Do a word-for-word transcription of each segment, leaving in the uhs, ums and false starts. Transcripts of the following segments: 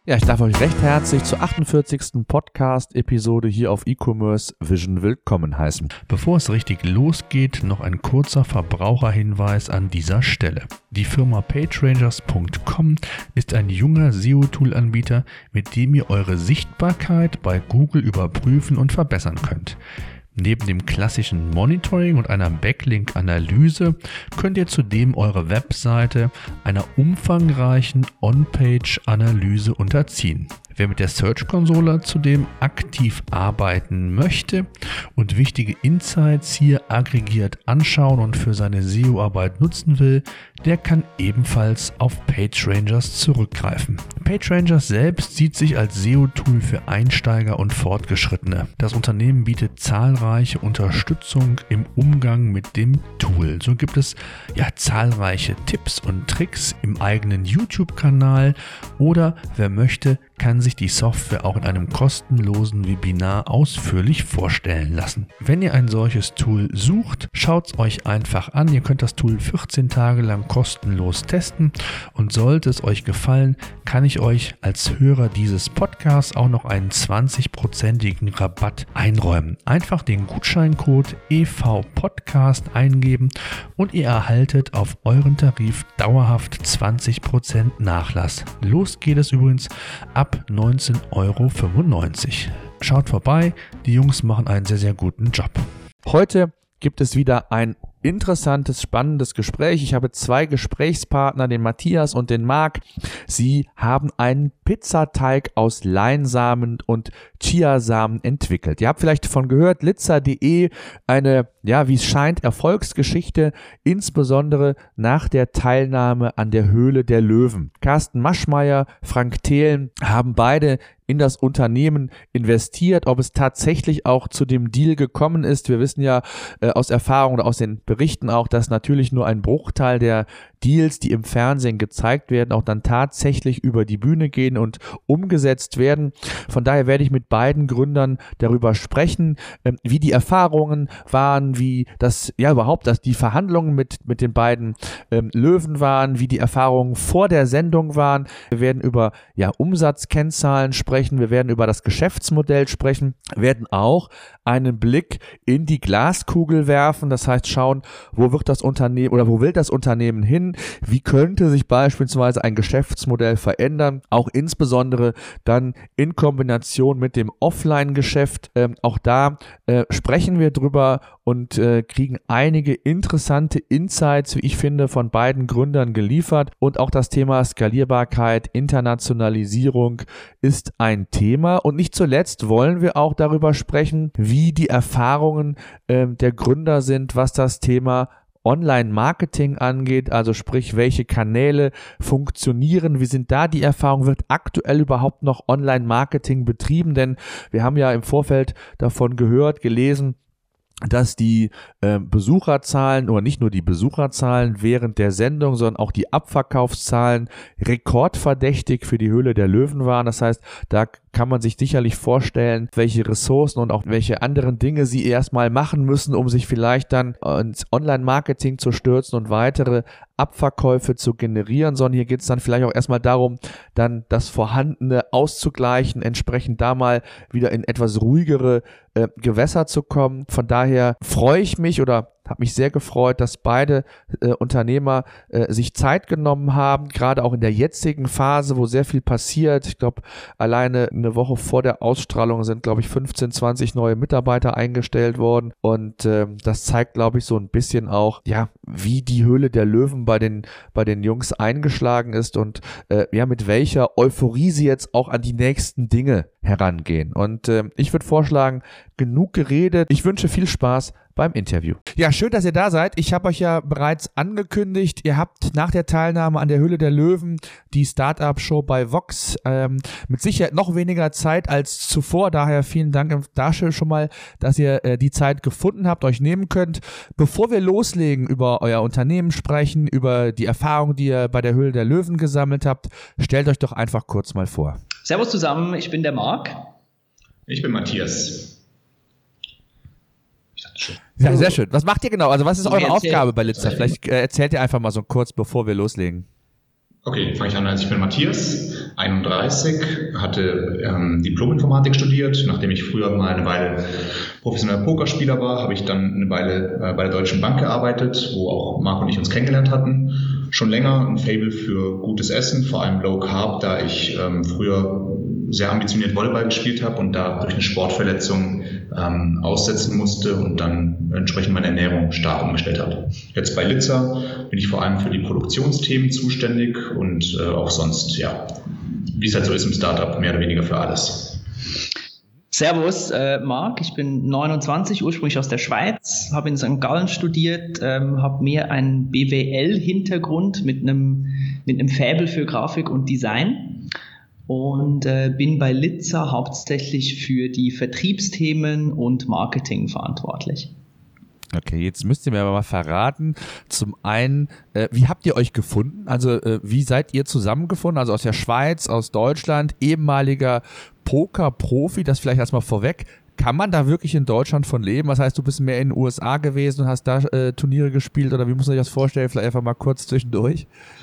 Ja, ich darf euch recht herzlich zur achtundvierzigsten Podcast-Episode hier auf E-Commerce Vision willkommen heißen. Bevor es richtig losgeht, noch ein kurzer Verbraucherhinweis an dieser Stelle. Die Firma PageRangers Punkt com ist ein junger S E O-Tool-Anbieter, mit dem ihr eure Sichtbarkeit bei Google überprüfen und verbessern könnt. Neben dem klassischen Monitoring und einer Backlink-Analyse könnt ihr zudem eure Webseite einer umfangreichen On-Page-Analyse unterziehen. Wer mit der Search-Konsole zudem aktiv arbeiten möchte und wichtige Insights hier aggregiert anschauen und für seine S E O-Arbeit nutzen will, der kann ebenfalls auf PageRangers zurückgreifen. PageRangers selbst sieht sich als S E O-Tool für Einsteiger und Fortgeschrittene. Das Unternehmen bietet zahlreiche Unterstützung im Umgang mit dem Tool. So gibt es ja zahlreiche Tipps und Tricks im eigenen YouTube-Kanal oder wer möchte, kann sich die Software auch in einem kostenlosen Webinar ausführlich vorstellen lassen. Wenn ihr ein solches Tool sucht, schaut es euch einfach an. Ihr könnt das Tool vierzehn Tage lang kostenlos testen und sollte es euch gefallen, kann ich euch als Hörer dieses Podcasts auch noch einen zwanzig-prozentigen Rabatt einräumen. Einfach den Gutscheincode E V Podcast eingeben und ihr erhaltet auf euren Tarif dauerhaft zwanzig Prozent Nachlass. Los geht es übrigens ab neunzehn Euro fünfundneunzig. Schaut vorbei, die Jungs machen einen sehr, sehr guten Job. Heute gibt es wieder ein interessantes, spannendes Gespräch. Ich habe zwei Gesprächspartner, den Matthias und den Marc. Sie haben einen Pizzateig aus Leinsamen und Chiasamen entwickelt. Ihr habt vielleicht davon gehört, litza punkt de, eine, ja, wie es scheint, Erfolgsgeschichte, insbesondere nach der Teilnahme an der Höhle der Löwen. Carsten Maschmeyer, Frank Thelen haben beide in das Unternehmen investiert. Ob es tatsächlich auch zu dem Deal gekommen ist, wir wissen ja äh, aus Erfahrung oder aus den Berichten auch, dass natürlich nur ein Bruchteil der Deals, die im Fernsehen gezeigt werden, auch dann tatsächlich über die Bühne gehen und umgesetzt werden. Von daher werde ich mit beiden Gründern darüber sprechen, ähm, wie die Erfahrungen waren, wie das, ja überhaupt, dass die Verhandlungen mit, mit den beiden ähm, Löwen waren, wie die Erfahrungen vor der Sendung waren. Wir werden über ja, Umsatzkennzahlen sprechen, wir werden über das Geschäftsmodell sprechen, werden auch einen Blick in die Glaskugel werfen, das heißt schauen, wo wird das Unternehmen oder wo will das Unternehmen hin, wie könnte sich beispielsweise ein Geschäftsmodell verändern, auch insbesondere dann in Kombination mit dem Offline-Geschäft. Ähm, auch da äh, sprechen wir drüber und äh, kriegen einige interessante Insights, wie ich finde, von beiden Gründern geliefert. Und auch das Thema Skalierbarkeit, Internationalisierung ist ein Thema. Und nicht zuletzt wollen wir auch darüber sprechen, wie die Erfahrungen äh, der Gründer sind, was das Thema Online-Marketing angeht, also sprich, welche Kanäle funktionieren, wie sind da die Erfahrungen, wird aktuell überhaupt noch Online-Marketing betrieben, denn wir haben ja im Vorfeld davon gehört, gelesen, dass die äh, Besucherzahlen oder nicht nur die Besucherzahlen während der Sendung, sondern auch die Abverkaufszahlen rekordverdächtig für die Höhle der Löwen waren. Das heißt, da kann man sich sicherlich vorstellen, welche Ressourcen und auch welche anderen Dinge sie erstmal machen müssen, um sich vielleicht dann ins Online-Marketing zu stürzen und weitere Abverkäufe zu generieren, sondern hier geht es dann vielleicht auch erstmal darum, dann das Vorhandene auszugleichen, entsprechend da mal wieder in etwas ruhigere äh, Gewässer zu kommen. Von daher freue ich mich oder habe mich sehr gefreut, dass beide äh, Unternehmer äh, sich Zeit genommen haben, gerade auch in der jetzigen Phase, wo sehr viel passiert. Ich glaube, alleine eine Woche vor der Ausstrahlung sind, glaube ich, fünfzehn, zwanzig neue Mitarbeiter eingestellt worden. Und äh, das zeigt, glaube ich, so ein bisschen auch, ja, wie die Höhle der Löwen bei den, bei den Jungs eingeschlagen ist und äh, ja, mit welcher Euphorie sie jetzt auch an die nächsten Dinge herangehen. Und äh, ich würde vorschlagen, genug geredet. Ich wünsche viel Spaß beim Interview. Ja, schön, dass ihr da seid. Ich habe euch ja bereits angekündigt, ihr habt nach der Teilnahme an der Höhle der Löwen die Startup-Show bei Vox ähm, mit Sicherheit noch weniger Zeit als zuvor. Daher vielen Dank dafür schon mal, dass ihr äh, die Zeit gefunden habt, euch nehmen könnt. Bevor wir loslegen, über euer Unternehmen sprechen, über die Erfahrung, die ihr bei der Höhle der Löwen gesammelt habt, stellt euch doch einfach kurz mal vor. Servus zusammen, ich bin der Marc. Ich bin Matthias. Ich dachte schon. Ja, sehr schön. Was macht ihr genau? Also was ist eure Aufgabe bei litza? Vielleicht äh, erzählt ihr einfach mal so kurz, bevor wir loslegen. Okay, fange ich an. Also ich bin Matthias, einunddreißig, hatte ähm, Diplom-Informatik studiert. Nachdem ich früher mal eine Weile professioneller Pokerspieler war, habe ich dann eine Weile äh, bei der Deutschen Bank gearbeitet, wo auch Marc und ich uns kennengelernt hatten. Schon länger ein Faible für gutes Essen, vor allem Low Carb, da ich ähm, früher sehr ambitioniert Volleyball gespielt habe und da durch eine Sportverletzung ähm, aussetzen musste und dann entsprechend meine Ernährung stark umgestellt habe. Jetzt bei Litzer bin ich vor allem für die Produktionsthemen zuständig und äh, auch sonst, ja, wie es halt so ist im Startup, mehr oder weniger für alles. Servus, äh, Marc, ich bin neunundzwanzig, ursprünglich aus der Schweiz, habe in Sankt Gallen studiert, ähm, habe mehr einen B W L-Hintergrund mit einem mit einem Faible für Grafik und Design und äh, bin bei Litzer hauptsächlich für die Vertriebsthemen und Marketing verantwortlich. Okay, jetzt müsst ihr mir aber mal verraten, zum einen, äh, wie habt ihr euch gefunden? Also äh, wie seid ihr zusammengefunden? Also aus der Schweiz, aus Deutschland, ehemaliger Poker-Profi, das vielleicht erstmal vorweg. Kann man da wirklich in Deutschland von leben? Das heißt, du bist mehr in den U S A gewesen und hast da äh, Turniere gespielt oder wie muss man sich das vorstellen? Vielleicht einfach mal kurz zwischendurch.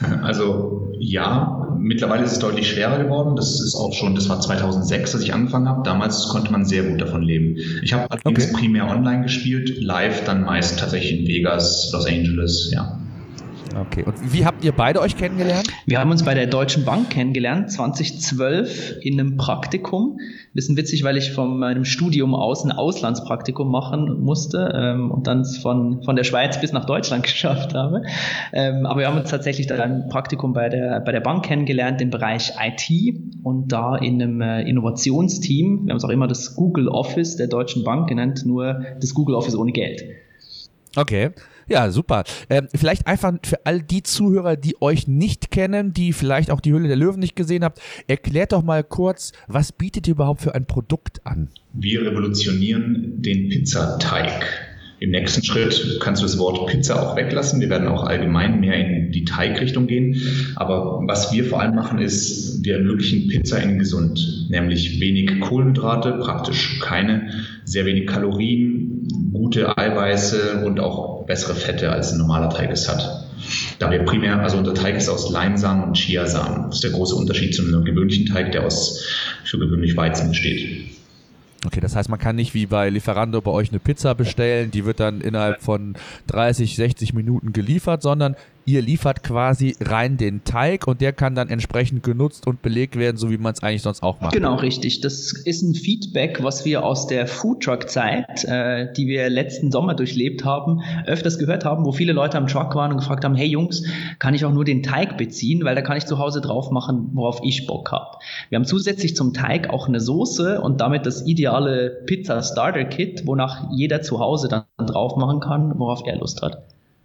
Also ja, mittlerweile ist es deutlich schwerer geworden. Das ist auch schon, das war zweitausendsechs, als ich angefangen habe. Damals konnte man sehr gut davon leben. Ich habe allerdings okay. primär online gespielt, live dann meist tatsächlich in Vegas, Los Angeles, ja. Okay, und wie habt ihr beide euch kennengelernt? Wir haben uns bei der Deutschen Bank kennengelernt, zweitausendzwölf in einem Praktikum. Bisschen witzig, weil ich von meinem Studium aus ein Auslandspraktikum machen musste ähm, und dann von, von der Schweiz bis nach Deutschland geschafft habe. Ähm, aber wir haben uns tatsächlich da ein Praktikum bei der, bei der Bank kennengelernt im Bereich I T und da in einem äh, Innovationsteam. Wir haben es auch immer das Google Office der Deutschen Bank genannt, nur das Google Office ohne Geld. Okay, ja, super. Ähm, vielleicht einfach für all die Zuhörer, die euch nicht kennen, die vielleicht auch die Höhle der Löwen nicht gesehen habt, erklärt doch mal kurz, was bietet ihr überhaupt für ein Produkt an? Wir revolutionieren den Pizzateig. Im nächsten Schritt kannst du das Wort Pizza auch weglassen. Wir werden auch allgemein mehr in die Teigrichtung gehen. Aber was wir vor allem machen, ist, wir ermöglichen Pizza in gesund. Nämlich wenig Kohlenhydrate, praktisch keine, sehr wenig Kalorien, gute Eiweiße und auch bessere Fette, als ein normaler Teig es hat. Da wir primär, also unser Teig ist aus Leinsamen und Chiasamen. Das ist der große Unterschied zu einem gewöhnlichen Teig, der aus für gewöhnlich Weizen besteht. Okay, das heißt, man kann nicht wie bei Lieferando bei euch eine Pizza bestellen, die wird dann innerhalb von dreißig, sechzig Minuten geliefert, sondern ihr liefert quasi rein den Teig und der kann dann entsprechend genutzt und belegt werden, so wie man es eigentlich sonst auch macht. Genau, richtig. Das ist ein Feedback, was wir aus der Foodtruck-Zeit, äh, die wir letzten Sommer durchlebt haben, öfters gehört haben, wo viele Leute am Truck waren und gefragt haben, hey Jungs, kann ich auch nur den Teig beziehen, weil da kann ich zu Hause drauf machen, worauf ich Bock habe. Wir haben zusätzlich zum Teig auch eine Soße und damit das ideale Pizza-Starter-Kit, wonach jeder zu Hause dann drauf machen kann, worauf er Lust hat.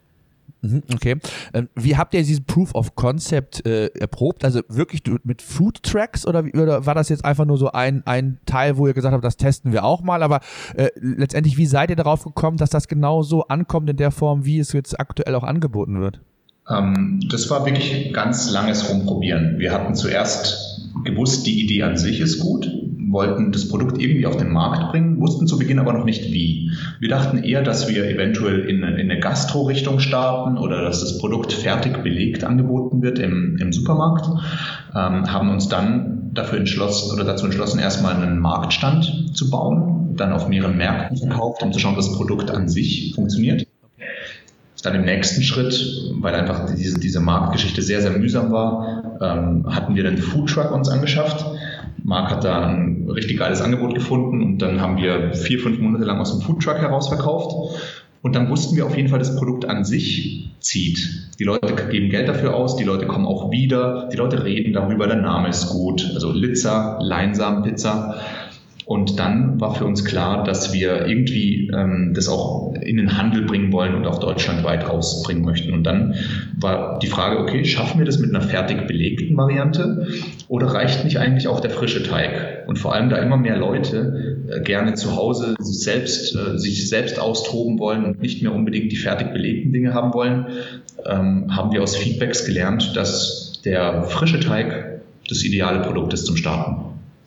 Okay. Wie habt ihr diesen Proof of Concept äh, erprobt? Also wirklich mit Food Tracks oder, wie, oder war das jetzt einfach nur so ein, ein Teil, wo ihr gesagt habt, das testen wir auch mal, aber äh, letztendlich, wie seid ihr darauf gekommen, dass das genau so ankommt in der Form, wie es jetzt aktuell auch angeboten wird? Ähm, das war wirklich ganz langes Rumprobieren. Wir hatten zuerst gewusst, die Idee an sich ist gut, wollten das Produkt irgendwie auf den Markt bringen, wussten zu Beginn aber noch nicht wie. Wir dachten eher, dass wir eventuell in, in eine Gastro-Richtung starten oder dass das Produkt fertig belegt angeboten wird im, im Supermarkt. Ähm, haben uns dann dafür entschlossen oder dazu entschlossen, erstmal einen Marktstand zu bauen, dann auf mehreren Märkten verkauft, um zu schauen, dass das Produkt an sich funktioniert. Dann im nächsten Schritt, weil einfach diese, diese Marktgeschichte sehr, sehr mühsam war, ähm, hatten wir den Foodtruck uns angeschafft. Marc hat da ein richtig geiles Angebot gefunden und dann haben wir vier, fünf Monate lang aus dem Foodtruck heraus verkauft. Und dann wussten wir auf jeden Fall, das Produkt an sich zieht. Die Leute geben Geld dafür aus, die Leute kommen auch wieder, die Leute reden darüber, der Name ist gut. Also Litzer, Leinsamenpizza. Und dann war für uns klar, dass wir irgendwie ähm, das auch in den Handel bringen wollen und auch deutschlandweit rausbringen möchten. Und dann war die Frage, okay, schaffen wir das mit einer fertig belegten Variante oder reicht nicht eigentlich auch der frische Teig? Und vor allem, da immer mehr Leute äh, gerne zu Hause sich selbst, äh, sich selbst austoben wollen und nicht mehr unbedingt die fertig belegten Dinge haben wollen, ähm, haben wir aus Feedbacks gelernt, dass der frische Teig das ideale Produkt ist zum Starten.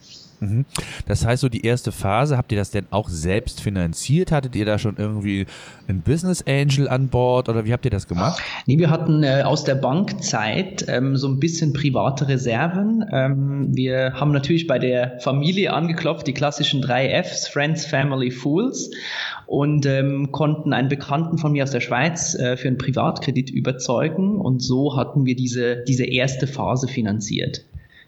Das heißt, so die erste Phase, habt ihr das denn auch selbst finanziert? Hattet ihr da schon irgendwie einen Business Angel an Bord oder wie habt ihr das gemacht? Nee, wir hatten äh, aus der Bankzeit ähm, so ein bisschen private Reserven. Ähm, wir haben natürlich bei der Familie angeklopft, die klassischen drei Fs, Friends, Family, Fools, und ähm, konnten einen Bekannten von mir aus der Schweiz äh, für einen Privatkredit überzeugen, und so hatten wir diese, diese erste Phase finanziert.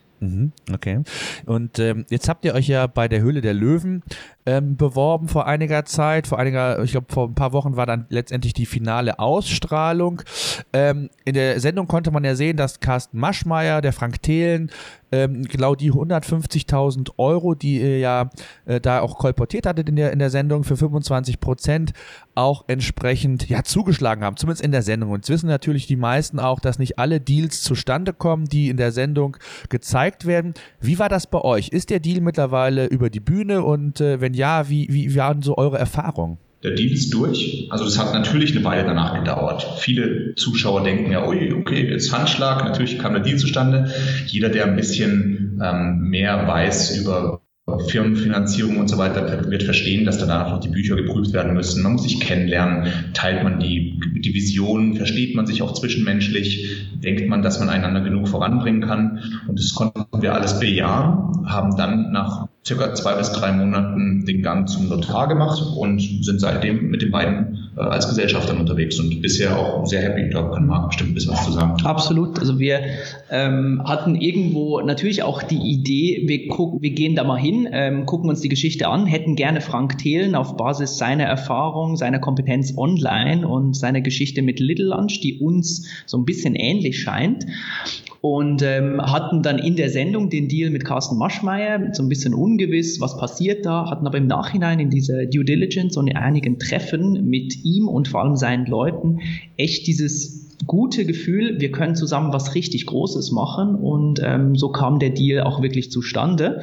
Okay. Und ähm, jetzt habt ihr euch ja bei der Höhle der Löwen ähm, beworben vor einiger Zeit. Vor einiger, ich glaube, vor ein paar Wochen war dann letztendlich die finale Ausstrahlung. Ähm, in der Sendung konnte man ja sehen, dass Carsten Maschmeyer, der Frank Thelen, ähm, genau die hundertfünfzigtausend Euro, die ihr ja äh, da auch kolportiert hattet in der, in der Sendung für fünfundzwanzig Prozent, auch entsprechend ja zugeschlagen haben, zumindest in der Sendung. Und jetzt wissen natürlich die meisten auch, dass nicht alle Deals zustande kommen, die in der Sendung gezeigt werden. Wie war das bei euch? Ist der Deal mittlerweile über die Bühne und äh, wenn ja, wie, wie waren so eure Erfahrungen? Der Deal ist durch. Also es hat natürlich eine Weile danach gedauert. Viele Zuschauer denken ja, ui, okay, jetzt Handschlag, natürlich kam der Deal zustande. Jeder, der ein bisschen ähm, mehr weiß über Firmenfinanzierung und so weiter, wird verstehen, dass danach noch die Bücher geprüft werden müssen. Man muss sich kennenlernen, teilt man die, die Vision, versteht man sich auch zwischenmenschlich, denkt man, dass man einander genug voranbringen kann. Und das konnten wir alles bejahen, haben dann nach circa zwei bis drei Monaten den Gang zum Notar gemacht und sind seitdem mit den beiden äh, als Gesellschaftern unterwegs und bisher auch sehr happy. Da kann Marc bestimmt ein bisschen was zu sagen. Absolut. Also wir ähm, hatten irgendwo natürlich auch die Idee, wir, guck, wir gehen da mal hin, ähm, gucken uns die Geschichte an, hätten gerne Frank Thelen auf Basis seiner Erfahrung, seiner Kompetenz online und seiner Geschichte mit Little Lunch, die uns so ein bisschen ähnlich scheint, und ähm, hatten dann in der Sendung den Deal mit Carsten Maschmeyer, so ein bisschen ungewiss, was passiert da, hatten aber im Nachhinein in dieser Due Diligence und in einigen Treffen mit ihm und vor allem seinen Leuten echt dieses gute Gefühl, wir können zusammen was richtig Großes machen, und ähm, so kam der Deal auch wirklich zustande.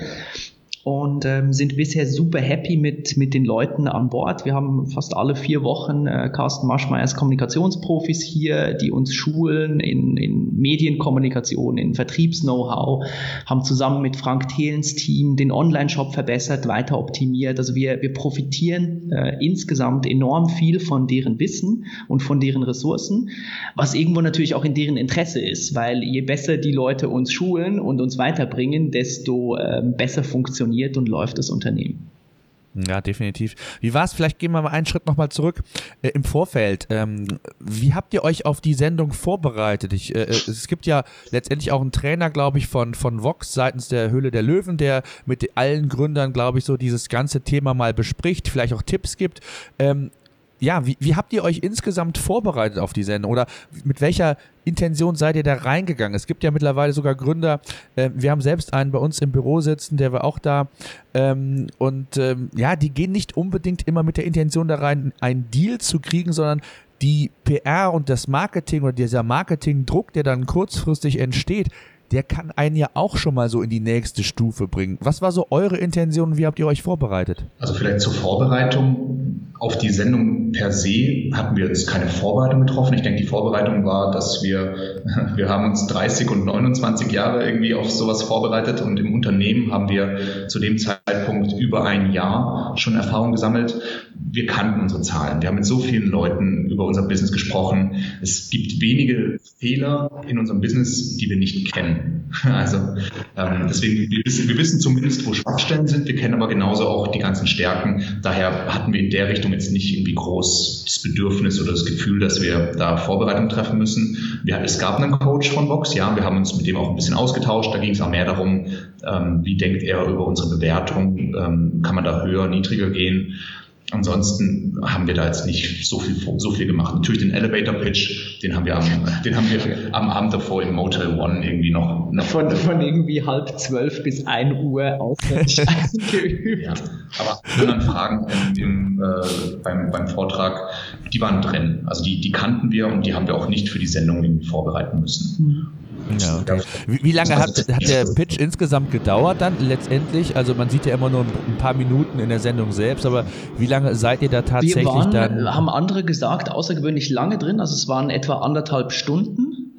Und ähm, sind bisher super happy mit mit den Leuten an Bord. Wir haben fast alle vier Wochen äh, Carsten Maschmeyers Kommunikationsprofis hier, die uns schulen in, in Medienkommunikation, in Vertriebs-Know-how, haben zusammen mit Frank Thelens Team den Online-Shop verbessert, weiter optimiert. Also wir wir profitieren äh, insgesamt enorm viel von deren Wissen und von deren Ressourcen, was irgendwo natürlich auch in deren Interesse ist, weil je besser die Leute uns schulen und uns weiterbringen, desto äh, besser funktioniert und läuft das Unternehmen. Ja, definitiv. Wie war es? Vielleicht gehen wir mal einen Schritt nochmal zurück äh, im Vorfeld. Ähm, wie habt ihr euch auf die Sendung vorbereitet? Ich, äh, es gibt ja letztendlich auch einen Trainer, glaube ich, von, von Vox seitens der Höhle der Löwen, der mit allen Gründern, glaube ich, so dieses ganze Thema mal bespricht, vielleicht auch Tipps gibt. Ähm, Ja, wie, wie habt ihr euch insgesamt vorbereitet auf die Sendung oder mit welcher Intention seid ihr da reingegangen? Es gibt ja mittlerweile sogar Gründer, äh, wir haben selbst einen bei uns im Büro sitzen, der war auch da, ähm, und ähm, ja, die gehen nicht unbedingt immer mit der Intention da rein, einen Deal zu kriegen, sondern die P R und das Marketing oder dieser Marketingdruck, der dann kurzfristig entsteht, der kann einen ja auch schon mal so in die nächste Stufe bringen. Was war so eure Intention und wie habt ihr euch vorbereitet? Also vielleicht zur Vorbereitung auf die Sendung per se hatten wir jetzt keine Vorbereitung getroffen. Ich denke, die Vorbereitung war, dass wir, wir haben uns dreißig und neunundzwanzig Jahre irgendwie auf sowas vorbereitet, und im Unternehmen haben wir zu dem Zeitpunkt über ein Jahr schon Erfahrung gesammelt. Wir kannten unsere Zahlen. Wir haben mit so vielen Leuten über unser Business gesprochen. Es gibt wenige Fehler in unserem Business, die wir nicht kennen. Also ähm, deswegen, wir wissen, wir wissen zumindest, wo Schwachstellen sind. Wir kennen aber genauso auch die ganzen Stärken. Daher hatten wir in der Richtung jetzt nicht irgendwie groß das Bedürfnis oder das Gefühl, dass wir da Vorbereitung treffen müssen. Wir, es gab einen Coach von Vox, ja, wir haben uns mit dem auch ein bisschen ausgetauscht. Da ging es auch mehr darum, ähm, wie denkt er über unsere Bewertung? Ähm, kann man da höher, niedriger gehen? Ansonsten haben wir da jetzt nicht so viel, so viel gemacht. Natürlich den Elevator Pitch, den haben wir am, den haben wir am Abend davor im Motel One irgendwie noch. noch von, von irgendwie halb zwölf bis ein Uhr auswendig geübt. Ja, aber die anderen Fragen im, äh, beim, beim Vortrag, die waren drin. Also die, die kannten wir und die haben wir auch nicht für die Sendung irgendwie vorbereiten müssen. Mhm. Ja, okay. Wie, wie lange hat, hat der Pitch insgesamt gedauert dann letztendlich? Also man sieht ja immer nur ein paar Minuten in der Sendung selbst, aber wie lange seid ihr da tatsächlich wir waren, dann? Haben andere gesagt, außergewöhnlich lange drin, also es waren etwa anderthalb Stunden.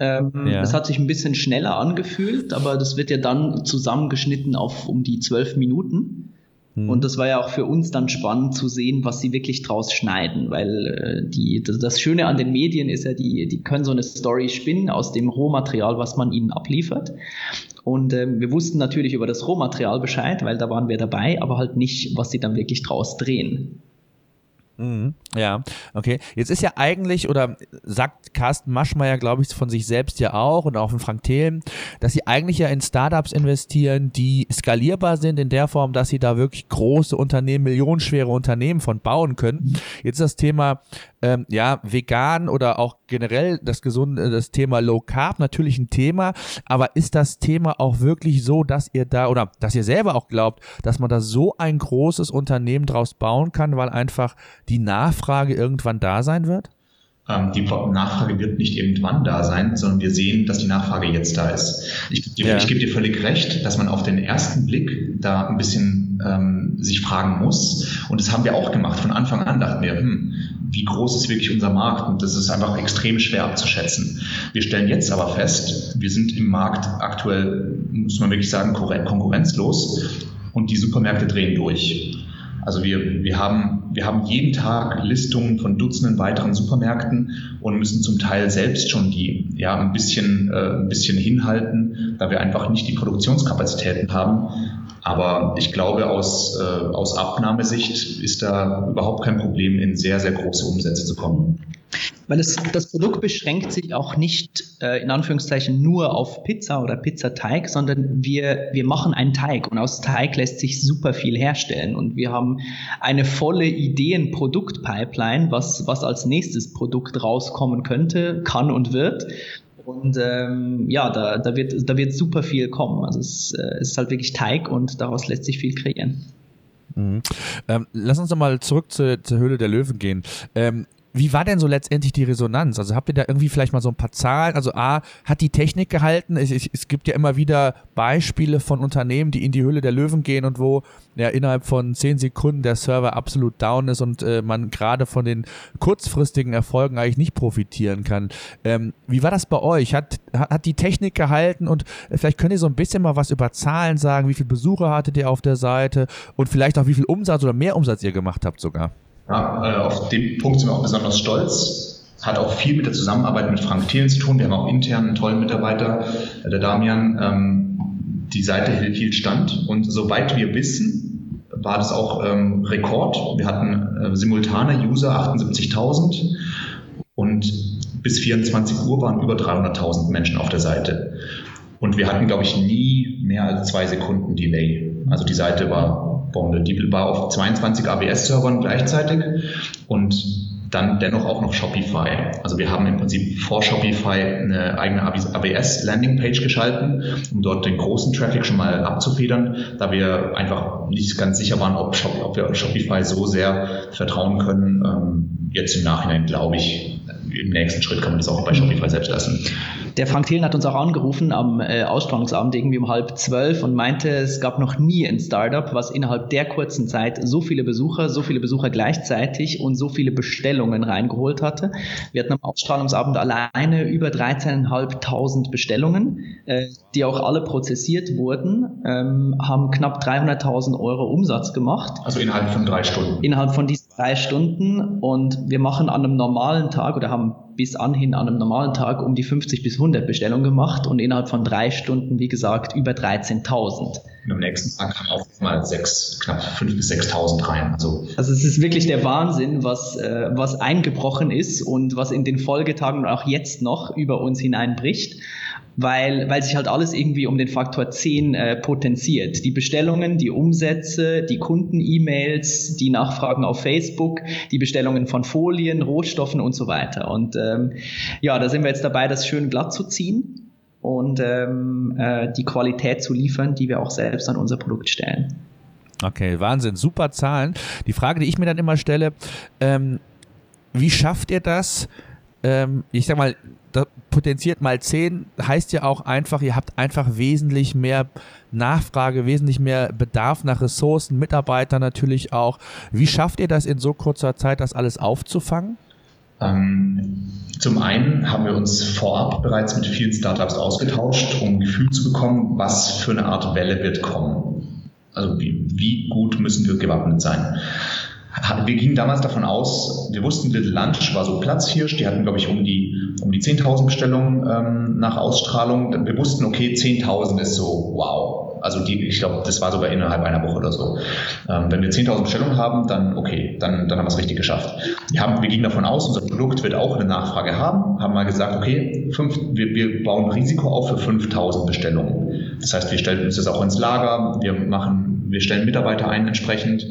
Ähm, Ja. Das hat sich ein bisschen schneller angefühlt, aber das wird ja dann zusammengeschnitten auf um die zwölf Minuten. Mhm. Und das war ja auch für uns dann spannend zu sehen, was sie wirklich draus schneiden, weil äh, die, das, das Schöne an den Medien ist ja, die, die können so eine Story spinnen aus dem Rohmaterial, was man ihnen abliefert. Und ähm, wir wussten natürlich über das Rohmaterial Bescheid, weil da waren wir dabei, aber halt nicht, was sie dann wirklich draus drehen. Mhm. Ja, okay. Jetzt ist ja eigentlich, oder sagt Carsten Maschmeyer, glaube ich, von sich selbst ja auch und auch von Frank Thelen, dass sie eigentlich ja in Startups investieren, die skalierbar sind in der Form, dass sie da wirklich große Unternehmen, millionenschwere Unternehmen von bauen können. Jetzt ist das Thema ähm, ja vegan oder auch generell das gesunde, das Thema Low Carb natürlich ein Thema, aber ist das Thema auch wirklich so, dass ihr da oder dass ihr selber auch glaubt, dass man da so ein großes Unternehmen draus bauen kann, weil einfach die Nachfrage irgendwann da sein wird? Ähm, die Nachfrage wird nicht irgendwann da sein, sondern wir sehen, dass die Nachfrage jetzt da ist. Ich, ja. ich gebe dir völlig recht, dass man auf den ersten Blick da ein bisschen ähm, sich fragen muss. Und das haben wir auch gemacht. Von Anfang an dachten wir, hm, wie groß ist wirklich unser Markt? Und das ist einfach extrem schwer abzuschätzen. Wir stellen jetzt aber fest, wir sind im Markt aktuell, muss man wirklich sagen, konkurrenzlos und die Supermärkte drehen durch. Also wir, wir haben, wir haben jeden Tag Listungen von Dutzenden weiteren Supermärkten und müssen zum Teil selbst schon die, ja, ein bisschen, äh, ein bisschen hinhalten, da wir einfach nicht die Produktionskapazitäten haben. Aber ich glaube, aus, äh, aus Abnahmesicht ist da überhaupt kein Problem, in sehr, sehr große Umsätze zu kommen. Weil es, das Produkt beschränkt sich auch nicht äh, in Anführungszeichen nur auf Pizza oder Pizzateig, sondern wir, wir machen einen Teig und aus Teig lässt sich super viel herstellen und wir haben eine volle Ideen-Produkt-Pipeline, was, was als nächstes Produkt rauskommen könnte, kann und wird. Und ähm, ja, da, da, wird, da wird super viel kommen. Also es, äh, es ist halt wirklich Teig und daraus lässt sich viel kreieren. Mhm. Ähm, lass uns nochmal zurück zu, zur Höhle der Löwen gehen. Ähm, Wie war denn so letztendlich die Resonanz? Also habt ihr da irgendwie vielleicht mal so ein paar Zahlen? Also A, hat die Technik gehalten? Es, es gibt ja immer wieder Beispiele von Unternehmen, die in die Höhle der Löwen gehen und wo ja innerhalb von zehn Sekunden der Server absolut down ist und äh, man gerade von den kurzfristigen Erfolgen eigentlich nicht profitieren kann. Ähm, wie war das bei euch? Hat, hat die Technik gehalten? Und vielleicht könnt ihr so ein bisschen mal was über Zahlen sagen. Wie viele Besucher hattet ihr auf der Seite? Und vielleicht auch wie viel Umsatz oder mehr Umsatz ihr gemacht habt sogar? Ja, auf den Punkt sind wir auch besonders stolz. Hat auch viel mit der Zusammenarbeit mit Frank Thelen zu tun. Wir haben auch intern einen tollen Mitarbeiter, der Damian. Die Seite hielt stand und soweit wir wissen, war das auch Rekord. Wir hatten simultane User achtundsiebzigtausend und bis vierundzwanzig Uhr waren über dreihunderttausend Menschen auf der Seite. Und wir hatten, glaube ich, nie mehr als zwei Sekunden Delay. Also die Seite war Bombe. Die war auf zweiundzwanzig A W S-Servern gleichzeitig und dann dennoch auch noch Shopify. Also wir haben im Prinzip vor Shopify eine eigene A W S-Landingpage geschalten, um dort den großen Traffic schon mal abzufedern, da wir einfach nicht ganz sicher waren, ob, Shop, ob wir Shopify so sehr vertrauen können. Jetzt im Nachhinein glaube ich, im nächsten Schritt kann man das auch bei Shopify selbst lassen. Der Frank Thelen hat uns auch angerufen am äh, Ausstrahlungsabend irgendwie um halb zwölf und meinte, es gab noch nie ein Startup, was innerhalb der kurzen Zeit so viele Besucher, so viele Besucher gleichzeitig und so viele Bestellungen reingeholt hatte. Wir hatten am Ausstrahlungsabend alleine über dreizehntausendfünfhundert Bestellungen, äh, die auch alle prozessiert wurden, ähm, haben knapp dreihunderttausend Euro Umsatz gemacht. Also innerhalb von drei Stunden. Innerhalb von diesen drei Stunden und wir machen an einem normalen Tag oder haben bis anhin an einem normalen Tag um die fünfzig bis hundert Bestellungen gemacht und innerhalb von drei Stunden, wie gesagt, über dreizehntausend. Und am nächsten Tag kamen auch mal sechs, knapp fünftausend bis sechstausend rein. Also, also es ist wirklich der Wahnsinn, was, äh, was eingebrochen ist und was in den Folgetagen und auch jetzt noch über uns hineinbricht. Weil, weil sich halt alles irgendwie um den Faktor zehn äh, potenziert. Die Bestellungen, die Umsätze, die Kunden-E-Mails, die Nachfragen auf Facebook, die Bestellungen von Folien, Rohstoffen und so weiter. Und ähm, ja, da sind wir jetzt dabei, das schön glatt zu ziehen und ähm, äh, die Qualität zu liefern, die wir auch selbst an unser Produkt stellen. Okay, Wahnsinn, super Zahlen. Die Frage, die ich mir dann immer stelle, ähm, wie schafft ihr das? Ähm, ich sag mal, da potenziert mal zehn heißt ja auch einfach, ihr habt einfach wesentlich mehr Nachfrage, wesentlich mehr Bedarf nach Ressourcen, Mitarbeitern natürlich auch. Wie schafft ihr das in so kurzer Zeit, das alles aufzufangen? Ähm, Zum einen haben wir uns vorab bereits mit vielen Startups ausgetauscht, um ein Gefühl zu bekommen, was für eine Art Welle wird kommen. Also wie, wie gut müssen wir gewappnet sein. Wir gingen damals davon aus, wir wussten, Little Lunch war so Platzhirsch, die hatten, glaube ich, um die, um die zehntausend Bestellungen ähm, nach Ausstrahlung. Wir wussten, okay, zehntausend ist so, wow. Also die, ich glaube, das war sogar innerhalb einer Woche oder so. Ähm, wenn wir zehntausend Bestellungen haben, dann okay, dann, dann haben wir es richtig geschafft. Wir, haben, wir gingen davon aus, unser Produkt wird auch eine Nachfrage haben, haben mal gesagt, okay, fünf, wir, wir bauen ein Risiko auf für fünftausend Bestellungen. Das heißt, wir stellen uns das auch ins Lager, wir machen, wir stellen Mitarbeiter ein entsprechend.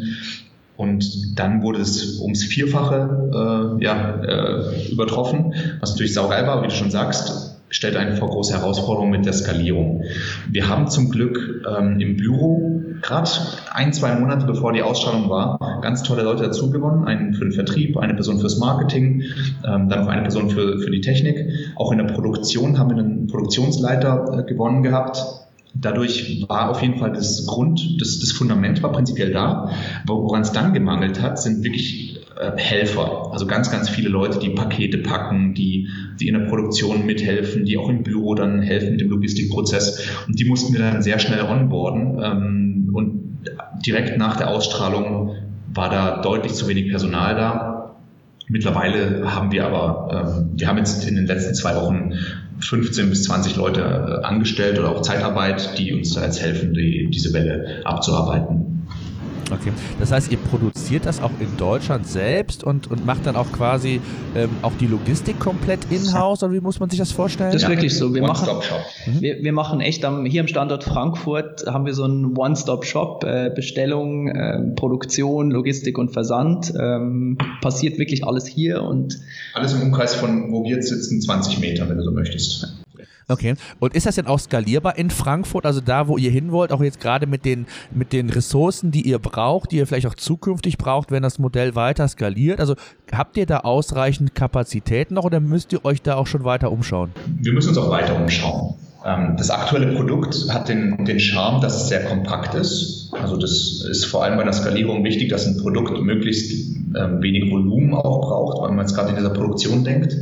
Und dann wurde es ums Vierfache äh, ja, äh, übertroffen, was natürlich saugeil war, wie du schon sagst, stellt einen vor große Herausforderungen mit der Skalierung. Wir haben zum Glück ähm, im Büro gerade ein, zwei Monate bevor die Ausstrahlung war, ganz tolle Leute dazu gewonnen, einen für den Vertrieb, eine Person fürs Marketing, ähm, dann noch eine Person für, für die Technik. Auch in der Produktion haben wir einen Produktionsleiter äh, gewonnen gehabt. Dadurch war auf jeden Fall das Grund, das, das Fundament war prinzipiell da. Woran es dann gemangelt hat, sind wirklich äh, Helfer. Also ganz, ganz viele Leute, die Pakete packen, die, die in der Produktion mithelfen, die auch im Büro dann helfen mit dem Logistikprozess. Und die mussten wir dann sehr schnell onboarden. Ähm, und direkt nach der Ausstrahlung war da deutlich zu wenig Personal da. Mittlerweile haben wir aber, ähm, wir haben jetzt in den letzten zwei Wochen fünfzehn bis zwanzig Leute äh, angestellt oder auch Zeitarbeit, die uns da jetzt helfen, die, diese Welle abzuarbeiten. Okay, das heißt, ihr produziert das auch in Deutschland selbst und, und macht dann auch quasi ähm, auch die Logistik komplett in-house, oder wie muss man sich das vorstellen? Das ist ja wirklich so. Wir machen, One-Stop-Shop. wir, wir machen echt, am, hier am Standort Frankfurt haben wir so einen One-Stop-Shop, äh, Bestellung, äh, Produktion, Logistik und Versand. Ähm, passiert wirklich alles hier. Und alles im Umkreis von, wo wir jetzt sitzen, zwanzig Meter, wenn du so möchtest. Okay. Und ist das denn auch skalierbar in Frankfurt, also da, wo ihr hin wollt, auch jetzt gerade mit den, mit den Ressourcen, die ihr braucht, die ihr vielleicht auch zukünftig braucht, wenn das Modell weiter skaliert? Also habt ihr da ausreichend Kapazitäten noch oder müsst ihr euch da auch schon weiter umschauen? Wir müssen uns auch weiter umschauen. Das aktuelle Produkt hat den, den Charme, dass es sehr kompakt ist. Also das ist vor allem bei der Skalierung wichtig, dass ein Produkt möglichst ähm, wenig Volumen auch braucht, weil man jetzt gerade in dieser Produktion denkt.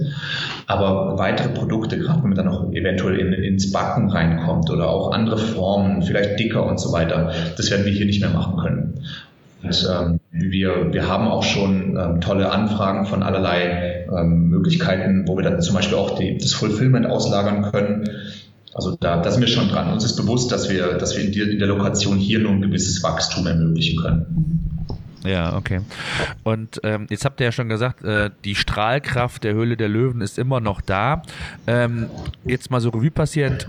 Aber weitere Produkte, gerade wenn man dann noch eventuell in, ins Backen reinkommt oder auch andere Formen, vielleicht dicker und so weiter, das werden wir hier nicht mehr machen können. Und, ähm, wir, wir haben auch schon ähm, tolle Anfragen von allerlei ähm, Möglichkeiten, wo wir dann zum Beispiel auch die, das Fulfillment auslagern können. Also da, da sind wir schon dran. Uns ist bewusst, dass wir, dass wir in, die, in der Lokation hier nur ein gewisses Wachstum ermöglichen können. Ja, okay. Und ähm, jetzt habt ihr ja schon gesagt, äh, die Strahlkraft der Höhle der Löwen ist immer noch da. Ähm, jetzt mal so Revue passierend,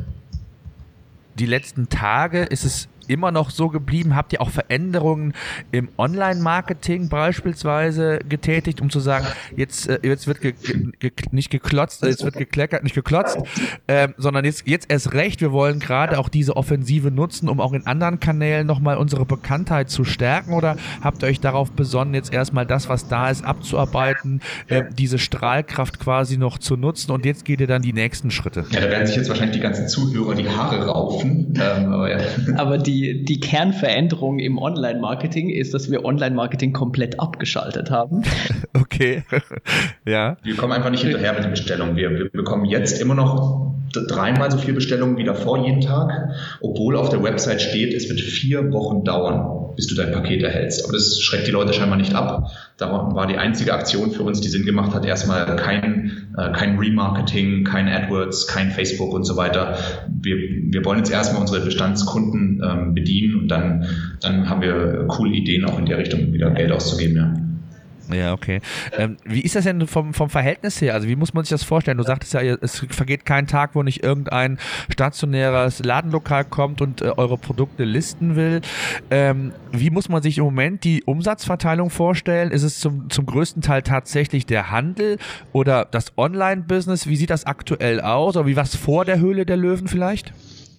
die letzten Tage, ist es immer noch so geblieben? Habt ihr auch Veränderungen im Online-Marketing beispielsweise getätigt, um zu sagen, jetzt, äh, jetzt wird ge ge nicht geklotzt, jetzt wird gekleckert, nicht geklotzt, äh, sondern jetzt, jetzt erst recht, wir wollen gerade auch diese Offensive nutzen, um auch in anderen Kanälen nochmal unsere Bekanntheit zu stärken, oder habt ihr euch darauf besonnen, jetzt erstmal das, was da ist, abzuarbeiten, äh, diese Strahlkraft quasi noch zu nutzen, und jetzt geht ihr dann die nächsten Schritte? Ja, da werden sich jetzt wahrscheinlich die ganzen Zuhörer die Haare raufen, ähm, aber ja. Aber die Die, die Kernveränderung im Online-Marketing ist, dass wir Online-Marketing komplett abgeschaltet haben. Okay, ja. Wir kommen einfach nicht hinterher mit den Bestellungen. Wir, wir bekommen jetzt immer noch dreimal so viele Bestellungen wie davor jeden Tag, obwohl auf der Website steht, es wird vier Wochen dauern, bis du dein Paket erhältst. Aber das schreckt die Leute scheinbar nicht ab. Da war die einzige Aktion für uns, die Sinn gemacht hat, erstmal kein, äh, kein Remarketing, kein AdWords, kein Facebook und so weiter. Wir, wir wollen jetzt erstmal unsere Bestandskunden ähm, bedienen, und dann, dann haben wir coole Ideen, auch in der Richtung wieder Geld auszugeben, ja. Ja, okay. Ähm, wie ist das denn vom, vom Verhältnis her? Also wie muss man sich das vorstellen? Du sagtest ja, es vergeht kein Tag, wo nicht irgendein stationäres Ladenlokal kommt und äh, eure Produkte listen will. Ähm, wie muss man sich im Moment die Umsatzverteilung vorstellen? Ist es zum, zum größten Teil tatsächlich der Handel oder das Online-Business? Wie sieht das aktuell aus? Oder wie war es vor der Höhle der Löwen vielleicht?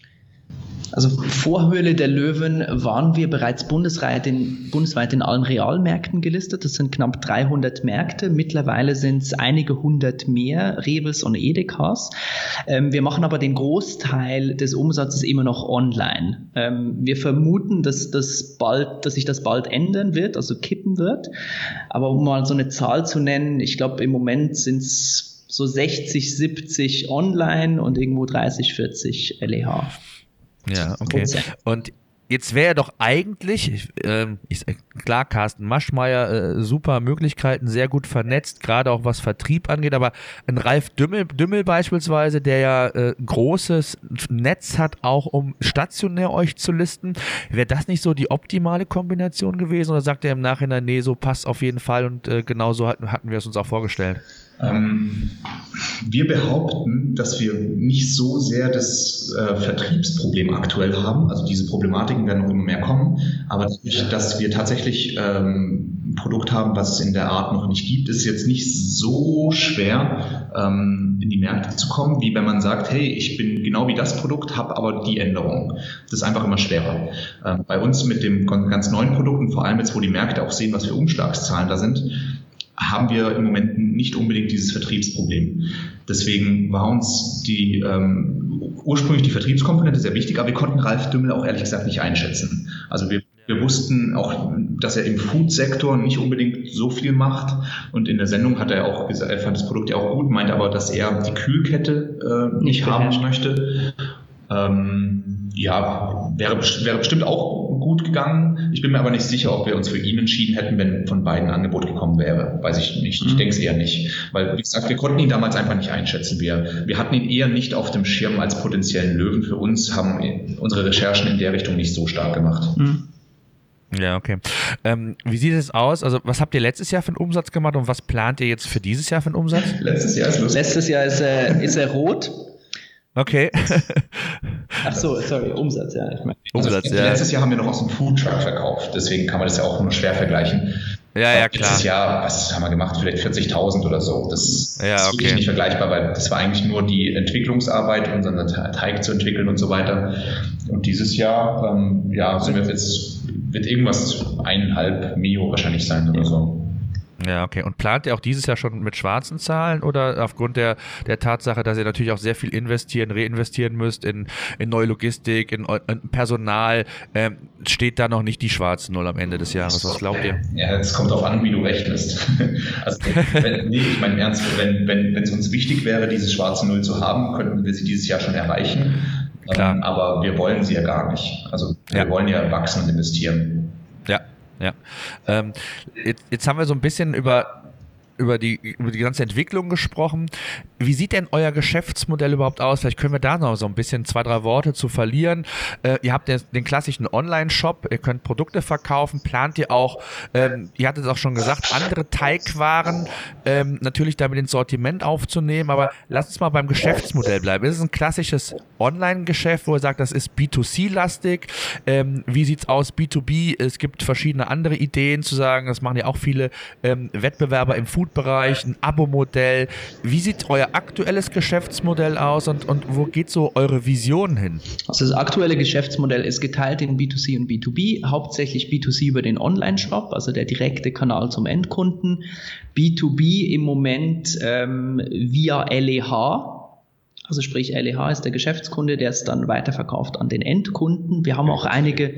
Also vor Höhle der Löwen waren wir bereits bundesweit in, bundesweit in allen Realmärkten gelistet. Das sind knapp dreihundert Märkte. Mittlerweile sind es einige hundert mehr, Rewe und Edekas. Ähm, wir machen aber den Großteil des Umsatzes immer noch online. Ähm, wir vermuten, dass, das bald, dass sich das bald ändern wird, also kippen wird. Aber um mal so eine Zahl zu nennen, ich glaube im Moment sind es so sechzig, siebzig online und irgendwo dreißig, vierzig L E H. Ja, okay. Und jetzt wäre doch eigentlich, ich, äh, ich, klar, Carsten Maschmeyer, äh, super Möglichkeiten, sehr gut vernetzt, gerade auch was Vertrieb angeht, aber ein Ralf Dümmel, Dümmel beispielsweise, der ja äh, großes Netz hat, auch um stationär euch zu listen, wäre das nicht so die optimale Kombination gewesen oder sagt er im Nachhinein, nee, so passt auf jeden Fall und äh, genau so hatten, hatten wir es uns auch vorgestellt? Ähm, wir behaupten, dass wir nicht so sehr das äh, Vertriebsproblem aktuell haben. Also diese Problematiken werden noch immer mehr kommen. Aber dadurch, dass wir tatsächlich ähm, ein Produkt haben, was es in der Art noch nicht gibt, ist es jetzt nicht so schwer, ähm, in die Märkte zu kommen, wie wenn man sagt, hey, ich bin genau wie das Produkt, habe aber die Änderung. Das ist einfach immer schwerer. Ähm, bei uns mit dem ganz neuen Produkten, vor allem jetzt, wo die Märkte auch sehen, was für Umschlagszahlen da sind, haben wir im Moment nicht unbedingt dieses Vertriebsproblem. Deswegen war uns die ähm, ursprünglich die Vertriebskomponente sehr wichtig, aber wir konnten Ralf Dümmel auch ehrlich gesagt nicht einschätzen. Also wir, wir wussten auch, dass er im Food-Sektor nicht unbedingt so viel macht und in der Sendung hat er auch gesagt, er fand das Produkt ja auch gut, meinte aber, dass er die Kühlkette äh, nicht haben möchte. Ähm, ja, wäre, wäre bestimmt auch gut gegangen. Ich bin mir aber nicht sicher, ob wir uns für ihn entschieden hätten, wenn von beiden ein Angebot gekommen wäre. Weiß ich nicht. Ich mhm. denke es eher nicht. Weil, wie gesagt, wir konnten ihn damals einfach nicht einschätzen. Wir, wir hatten ihn eher nicht auf dem Schirm als potenziellen Löwen. Für uns haben unsere Recherchen in der Richtung nicht so stark gemacht. Mhm. Ja, okay. Ähm, wie sieht es aus? Also, was habt ihr letztes Jahr für einen Umsatz gemacht und was plant ihr jetzt für dieses Jahr für einen Umsatz? Letztes Jahr ist lustig. Letztes Jahr ist er, ist er rot. Okay. Ach so, sorry, Umsatz, ja. Ich mein, Umsatz, also, ja. Letztes Jahr haben wir noch aus dem Foodtruck verkauft, deswegen kann man das ja auch nur schwer vergleichen. Ja, ja, klar. Letztes Jahr, was haben wir gemacht? Vielleicht vierzigtausend oder so. Das ja, ist okay. wirklich nicht vergleichbar, weil das war eigentlich nur die Entwicklungsarbeit, unseren Teig zu entwickeln und so weiter. Und dieses Jahr, ähm, ja, sind wir jetzt, wird irgendwas eineinhalb Mio wahrscheinlich sein oder so. Ja, okay. Und plant ihr auch dieses Jahr schon mit schwarzen Zahlen oder aufgrund der, der Tatsache, dass ihr natürlich auch sehr viel investieren, reinvestieren müsst in, in neue Logistik, in, in Personal, ähm, steht da noch nicht die schwarze Null am Ende des Jahres? Was glaubt ihr? Ja, es kommt darauf an, wie du rechnest. Also, wenn, nee, ich meine ernst, wenn, wenn, wenn es uns wichtig wäre, diese schwarze Null zu haben, könnten wir sie dieses Jahr schon erreichen. Klar. Ähm, aber wir wollen sie ja gar nicht. Also wir ja. wollen ja wachsen und investieren. Ja. Ja, ähm, jetzt, jetzt haben wir so ein bisschen über über die über die ganze Entwicklung gesprochen. Wie sieht denn euer Geschäftsmodell überhaupt aus? Vielleicht können wir da noch so ein bisschen zwei, drei Worte zu verlieren. Äh, ihr habt den, den klassischen Online-Shop, ihr könnt Produkte verkaufen, plant ihr auch, ähm, ihr hattet es auch schon gesagt, andere Teigwaren ähm, natürlich damit ins Sortiment aufzunehmen, aber lasst uns mal beim Geschäftsmodell bleiben. Ist es ein klassisches Online-Geschäft, wo ihr sagt, das ist B zwei C-lastig? Ähm, wie sieht's aus B zwei B? Es gibt verschiedene andere Ideen zu sagen, das machen ja auch viele ähm, Wettbewerber im Food Bereich, ein Abo-Modell. Wie sieht euer aktuelles Geschäftsmodell aus und, und wo geht so eure Vision hin? Also das aktuelle Geschäftsmodell ist geteilt in B zwei C und B zwei B, hauptsächlich B zwei C über den Online-Shop, also der direkte Kanal zum Endkunden, B zwei B im Moment ähm, via L E H. Also sprich, L E H ist der Geschäftskunde, der es dann weiterverkauft an den Endkunden. Wir haben auch einige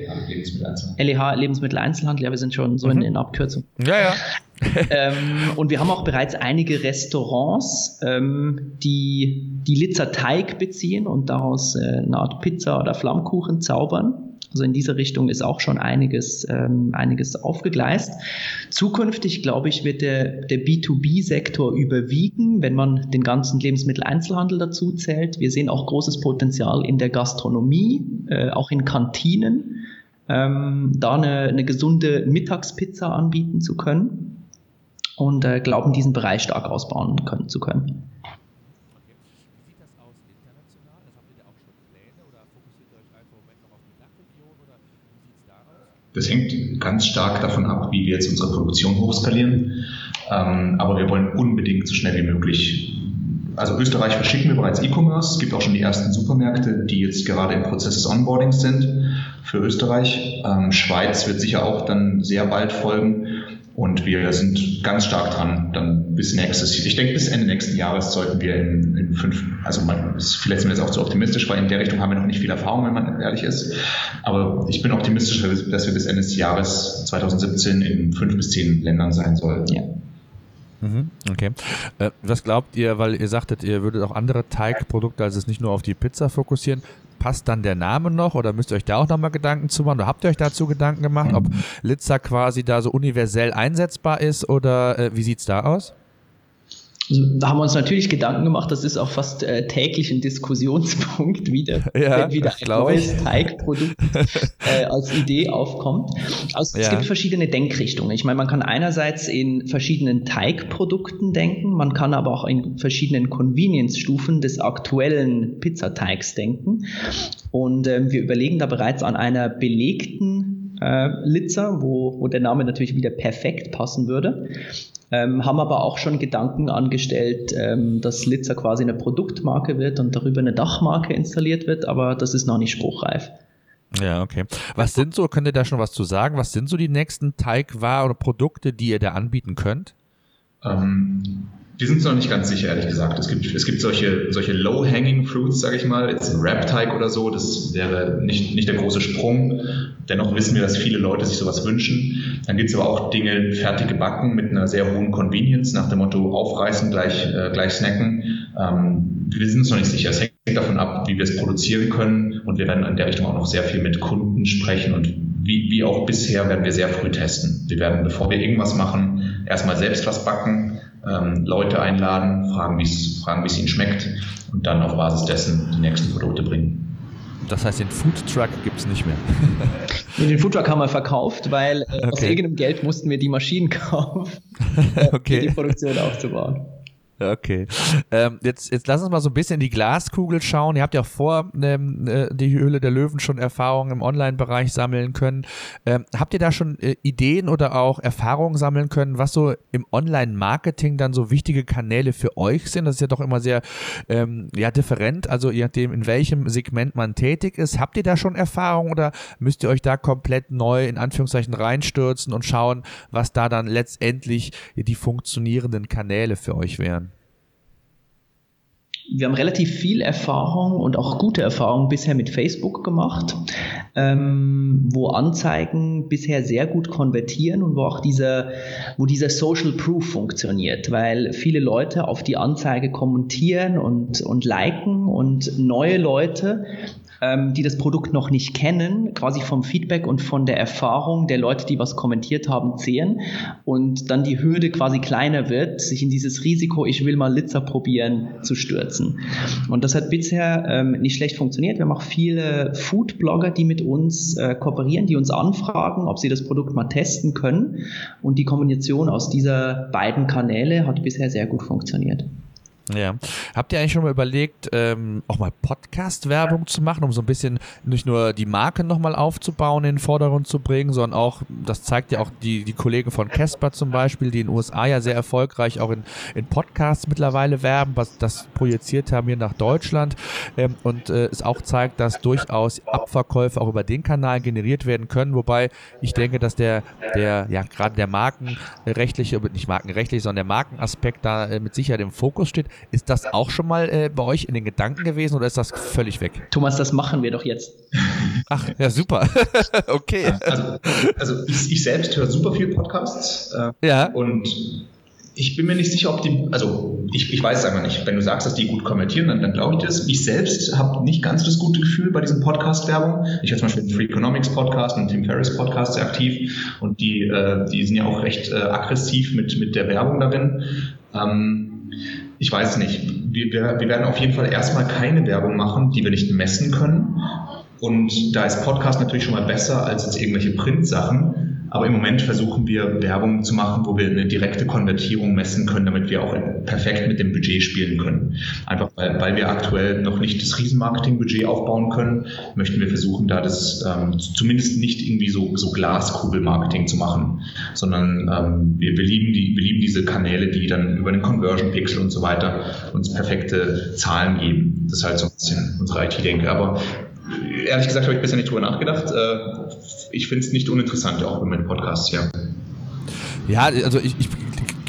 L E H, Lebensmitteleinzelhandel, ja, wir sind schon so mhm. in den Abkürzungen. Ja, ja. ähm, und wir haben auch bereits einige Restaurants, ähm, die die Litzer Teig beziehen und daraus äh, eine Art Pizza oder Flammkuchen zaubern. Also in dieser Richtung ist auch schon einiges, ähm, einiges aufgegleist. Zukünftig, glaube ich, wird der, der B zwei B-Sektor überwiegen, wenn man den ganzen Lebensmitteleinzelhandel dazu zählt. Wir sehen auch großes Potenzial in der Gastronomie, äh, auch in Kantinen, ähm, da eine, eine gesunde Mittagspizza anbieten zu können und äh, glauben, diesen Bereich stark ausbauen können, zu können. Das hängt ganz stark davon ab, wie wir jetzt unsere Produktion hochskalieren. Ähm, aber wir wollen unbedingt so schnell wie möglich. Also Österreich verschicken wir bereits E-Commerce. Es gibt auch schon die ersten Supermärkte, die jetzt gerade im Prozess des Onboardings sind für Österreich. Ähm, Schweiz wird sicher auch dann sehr bald folgen. Und wir sind ganz stark dran, dann bis nächstes, ich denke bis Ende nächsten Jahres sollten wir in, in fünf, also man, vielleicht sind wir jetzt auch zu optimistisch, weil in der Richtung haben wir noch nicht viel Erfahrung, wenn man ehrlich ist. Aber ich bin optimistisch, dass wir bis Ende des Jahres zwanzig siebzehn in fünf bis zehn Ländern sein sollten. Ja. Okay. Äh, was glaubt ihr, weil ihr sagtet, ihr würdet auch andere Teigprodukte, also es nicht nur auf die Pizza fokussieren, passt dann der Name noch oder müsst ihr euch da auch nochmal Gedanken zu machen oder habt ihr euch dazu Gedanken gemacht, ob Litza quasi da so universell einsetzbar ist oder äh, wie sieht's da aus? Also, da haben wir uns natürlich Gedanken gemacht, das ist auch fast äh, täglich ein Diskussionspunkt, wieder, ja, wenn wieder ein neues Teigprodukt äh, als Idee aufkommt. Also ja. Es gibt verschiedene Denkrichtungen. Ich meine, man kann einerseits in verschiedenen Teigprodukten denken, man kann aber auch in verschiedenen Convenience-Stufen des aktuellen Pizzateigs denken. Und ähm, wir überlegen da bereits an einer belegten äh, Litza, wo, wo der Name natürlich wieder perfekt passen würde. Ähm, haben aber auch schon Gedanken angestellt, ähm, dass Litza quasi eine Produktmarke wird und darüber eine Dachmarke installiert wird, aber das ist noch nicht spruchreif. Ja, okay. Was sind so, könnt ihr da schon was zu sagen, was sind so die nächsten Teigwaren oder Produkte, die ihr da anbieten könnt? Ähm, wir sind uns noch nicht ganz sicher, ehrlich gesagt. Es gibt, es gibt solche, solche low-hanging fruits, sage ich mal, jetzt ein Wrap-Teig oder so, das wäre nicht, nicht der große Sprung. Dennoch wissen wir, dass viele Leute sich sowas wünschen. Dann gibt es aber auch Dinge fertig gebacken mit einer sehr hohen Convenience, nach dem Motto aufreißen, gleich, äh, gleich snacken. Ähm, wir sind uns noch nicht sicher. Es hängt davon ab, wie wir es produzieren können, und wir werden in der Richtung auch noch sehr viel mit Kunden sprechen, und wie, wie auch bisher werden wir sehr früh testen. Wir werden, bevor wir irgendwas machen, erstmal selbst was backen, ähm, Leute einladen, fragen, wie es fragen, wie es ihnen schmeckt, und dann auf Basis dessen die nächsten Produkte bringen. Das heißt, den Foodtruck gibt es nicht mehr. Nee, den Foodtruck haben wir verkauft, weil äh, okay. aus eigenem Geld mussten wir die Maschinen kaufen, äh, okay. um die Produktion aufzubauen. Okay. Ähm, jetzt, jetzt lass uns mal so ein bisschen in die Glaskugel schauen. Ihr habt ja auch vor ähm, die Höhle der Löwen schon Erfahrungen im Online-Bereich sammeln können. Ähm, habt ihr da schon äh, Ideen oder auch Erfahrungen sammeln können, was so im Online-Marketing dann so wichtige Kanäle für euch sind? Das ist ja doch immer sehr ähm, ja, different, also je nachdem, in welchem Segment man tätig ist. Habt ihr da schon Erfahrungen oder müsst ihr euch da komplett neu in Anführungszeichen reinstürzen und schauen, was da dann letztendlich die funktionierenden Kanäle für euch wären? Wir haben relativ viel Erfahrung und auch gute Erfahrung bisher mit Facebook gemacht, ähm, wo Anzeigen bisher sehr gut konvertieren und wo auch dieser, wo dieser Social Proof funktioniert, weil viele Leute auf die Anzeige kommentieren und, und liken und neue Leute, ähm, die das Produkt noch nicht kennen, quasi vom Feedback und von der Erfahrung der Leute, die was kommentiert haben, sehen, und dann die Hürde quasi kleiner wird, sich in dieses Risiko, ich will mal Litza probieren, zu stürzen. Und das hat bisher ähm, nicht schlecht funktioniert. Wir haben auch viele Food-Blogger, die mit uns äh, kooperieren, die uns anfragen, ob sie das Produkt mal testen können. Und die Kombination aus dieser beiden Kanäle hat bisher sehr gut funktioniert. Ja. Habt ihr eigentlich schon mal überlegt, ähm, auch mal Podcast-Werbung zu machen, um so ein bisschen nicht nur die Marke nochmal aufzubauen, in den Vordergrund zu bringen, sondern auch, das zeigt ja auch die, die Kollegen von Casper zum Beispiel, die in den U S A ja sehr erfolgreich auch in, in Podcasts mittlerweile werben, was das projiziert haben hier nach Deutschland, ähm, und äh, es auch zeigt, dass durchaus Abverkäufe auch über den Kanal generiert werden können, wobei ich denke, dass der, der ja gerade der markenrechtliche, nicht markenrechtlich, sondern der Markenaspekt da äh, mit Sicherheit im Fokus steht. Ist das auch schon mal äh, bei euch in den Gedanken gewesen oder ist das völlig weg? Thomas, das machen wir doch jetzt. Ach, ja, super. Okay. Also, also ich, ich selbst höre super viel Podcasts. Äh, ja. Und ich bin mir nicht sicher, ob die, also ich, ich weiß es einfach nicht. Wenn du sagst, dass die gut konvertieren, dann, dann glaube ich das. Ich selbst habe nicht ganz das gute Gefühl bei diesen Podcast-Werbung. Ich höre zum Beispiel den Free Economics Podcast und den Tim Ferriss Podcast sehr aktiv, und die, äh, die sind ja auch recht äh, aggressiv mit, mit der Werbung darin. Ähm, Ich weiß nicht. Wir, wir, wir werden auf jeden Fall erstmal keine Werbung machen, die wir nicht messen können. Und da ist Podcast natürlich schon mal besser als jetzt irgendwelche Print-Sachen. Aber im Moment versuchen wir, Werbung zu machen, wo wir eine direkte Konvertierung messen können, damit wir auch perfekt mit dem Budget spielen können. Einfach weil, weil wir aktuell noch nicht das Riesenmarketing-Budget aufbauen können, möchten wir versuchen, da das ähm, zumindest nicht irgendwie so, so Glaskugel-Marketing zu machen, sondern ähm, wir, wir, lieben die, wir lieben diese Kanäle, die dann über den Conversion-Pixel und so weiter uns perfekte Zahlen geben. Das ist halt so ein bisschen unsere I T-Denke. Aber ehrlich gesagt habe ich bisher nicht drüber nachgedacht. Ich finde es nicht uninteressant, auch mit Podcasts, ja. Ja, also ich, ich bin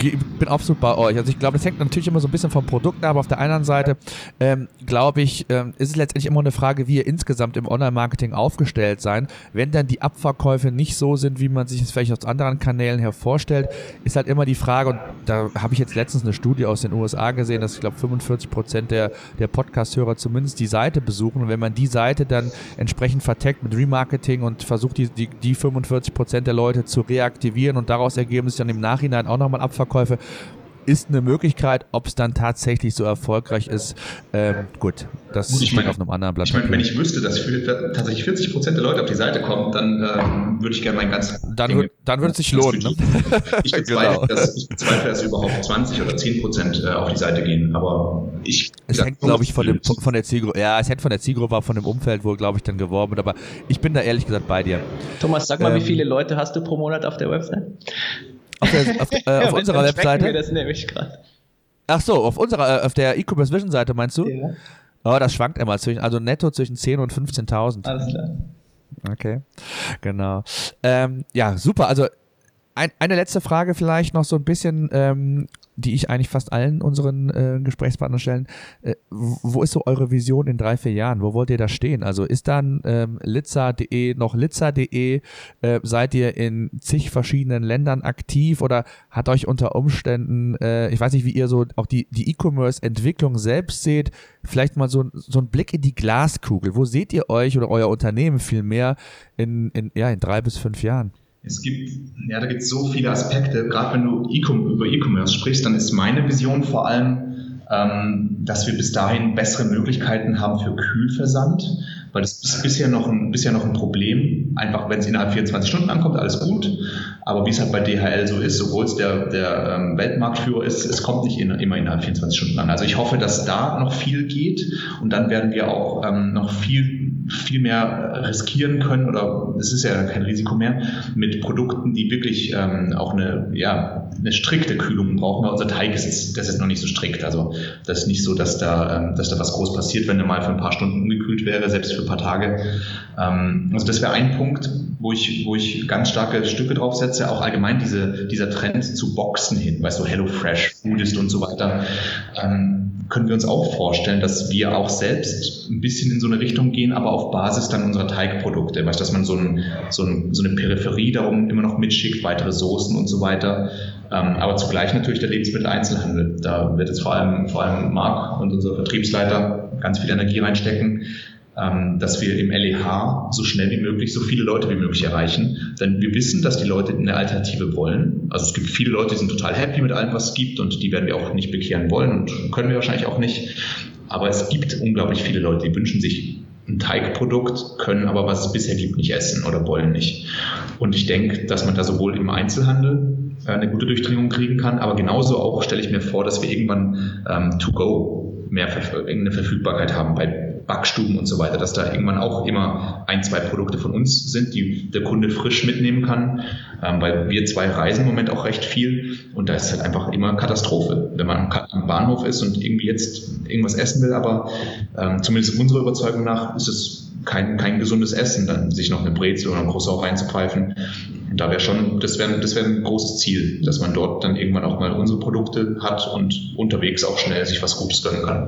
bin absolut bei euch. Also ich glaube, das hängt natürlich immer so ein bisschen vom Produkt ab. Aber auf der anderen Seite ähm, glaube ich, ähm, ist es letztendlich immer eine Frage, wie ihr insgesamt im Online-Marketing aufgestellt seid. Wenn dann die Abverkäufe nicht so sind, wie man sich es vielleicht aus anderen Kanälen her vorstellt, ist halt immer die Frage, und da habe ich jetzt letztens eine Studie aus den U S A gesehen, dass ich glaube fünfundvierzig Prozent der, der Podcast-Hörer zumindest die Seite besuchen. Und wenn man die Seite dann entsprechend vertaggt mit Remarketing und versucht, die, die, die fünfundvierzig Prozent der Leute zu reaktivieren und daraus ergeben sich dann im Nachhinein auch nochmal Abverkäufe, ist eine Möglichkeit. Ob es dann tatsächlich so erfolgreich ist, ähm, gut, das gut, ich steht meine, auf einem anderen Blatt. Ich meine, wenn ich wüsste, dass für, tatsächlich vierzig Prozent der Leute auf die Seite kommen, dann ähm, würde ich gerne mein ganzes... Dann, würd, dann würde es sich lohnen. Ne? Ich bezweifle, genau. dass, ich bezweifle, dass überhaupt zwanzig oder zehn Prozent äh, auf die Seite gehen, aber ich... Es hängt, glaube ich, von, dem, von der Zielgruppe, ja, es hängt von der Zielgruppe ab, von dem Umfeld, wo, glaube ich, dann geworben wird, aber ich bin da ehrlich gesagt bei dir. Thomas, sag mal, ähm, wie viele Leute hast du pro Monat auf der Website? Auf, der, auf, äh, auf unserer Webseite? Wir das nämlich gerade. Ach so, auf unserer, auf der E-Commerce Vision Seite meinst du? Ja. Oh, das schwankt immer zwischen, also netto zwischen zehn und fünfzehntausend. Alles klar. Okay, genau. Ähm, ja, super. Also ein, eine letzte Frage vielleicht noch so ein bisschen, ähm, die ich eigentlich fast allen unseren äh, Gesprächspartnern stellen. Äh, wo ist so eure Vision in drei, vier Jahren? Wo wollt ihr da stehen? Also ist dann ähm, litza punkt de noch litza punkt de? Äh, seid ihr in zig verschiedenen Ländern aktiv oder hat euch unter Umständen, äh, ich weiß nicht, wie ihr so auch die, die E-Commerce-Entwicklung selbst seht, vielleicht mal so, so ein Blick in die Glaskugel. Wo seht ihr euch oder euer Unternehmen vielmehr in, in, ja, in drei bis fünf Jahren? Es gibt, ja, da gibt es so viele Aspekte. Gerade wenn du E-Com- über E-Commerce sprichst, dann ist meine Vision vor allem, ähm, dass wir bis dahin bessere Möglichkeiten haben für Kühlversand, weil das ist bisher noch ein, bisher noch ein Problem. Einfach, wenn es innerhalb vierundzwanzig Stunden ankommt, alles gut. Aber wie es halt bei D H L so ist, obwohl es der, der ähm, Weltmarktführer ist, es kommt nicht in, immer innerhalb vierundzwanzig Stunden an. Also ich hoffe, dass da noch viel geht und dann werden wir auch ähm, noch viel viel mehr riskieren können, oder es ist ja kein Risiko mehr, mit Produkten, die wirklich ähm, auch eine, ja, eine strikte Kühlung brauchen. Unser Teig ist, das ist noch nicht so strikt. Also das ist nicht so, dass da, ähm, dass da was groß passiert, wenn der mal für ein paar Stunden ungekühlt wäre, selbst für ein paar Tage. Ähm, also das wäre ein Punkt, wo ich, wo ich ganz starke Stücke drauf setze. Auch allgemein diese, dieser Trend zu Boxen hin, weißt du, HelloFresh, Foodist und so weiter. Ähm, können wir uns auch vorstellen, dass wir auch selbst ein bisschen in so eine Richtung gehen, aber auf Basis dann unserer Teigprodukte, weißt, dass man so, ein, so, ein, so eine Peripherie darum immer noch mitschickt, weitere Soßen und so weiter, ähm, aber zugleich natürlich der Lebensmitteleinzelhandel. Da wird jetzt vor allem, vor allem Marc und unser Vertriebsleiter ganz viel Energie reinstecken, ähm, dass wir im L E H so schnell wie möglich so viele Leute wie möglich erreichen. Denn wir wissen, dass die Leute eine Alternative wollen. Also es gibt viele Leute, die sind total happy mit allem, was es gibt, und die werden wir auch nicht bekehren wollen und können wir wahrscheinlich auch nicht. Aber es gibt unglaublich viele Leute, die wünschen sich ein Teigprodukt, können aber, was es bisher gibt, nicht essen oder wollen nicht. Und ich denke, dass man da sowohl im Einzelhandel eine gute Durchdringung kriegen kann, aber genauso auch stelle ich mir vor, dass wir irgendwann ähm, to go mehr Verf- eine Verfügbarkeit haben bei Backstuben und so weiter, dass da irgendwann auch immer ein, zwei Produkte von uns sind, die der Kunde frisch mitnehmen kann, ähm, weil wir zwei reisen im Moment auch recht viel und da ist halt einfach immer Katastrophe, wenn man am Bahnhof ist und irgendwie jetzt irgendwas essen will, aber ähm, zumindest unserer Überzeugung nach ist es kein, kein gesundes Essen, dann sich noch eine Brezel oder ein Croissant reinzupfeifen. Und da wäre schon, das wäre das wäre ein großes Ziel, dass man dort dann irgendwann auch mal unsere Produkte hat und unterwegs auch schnell sich was Gutes gönnen kann.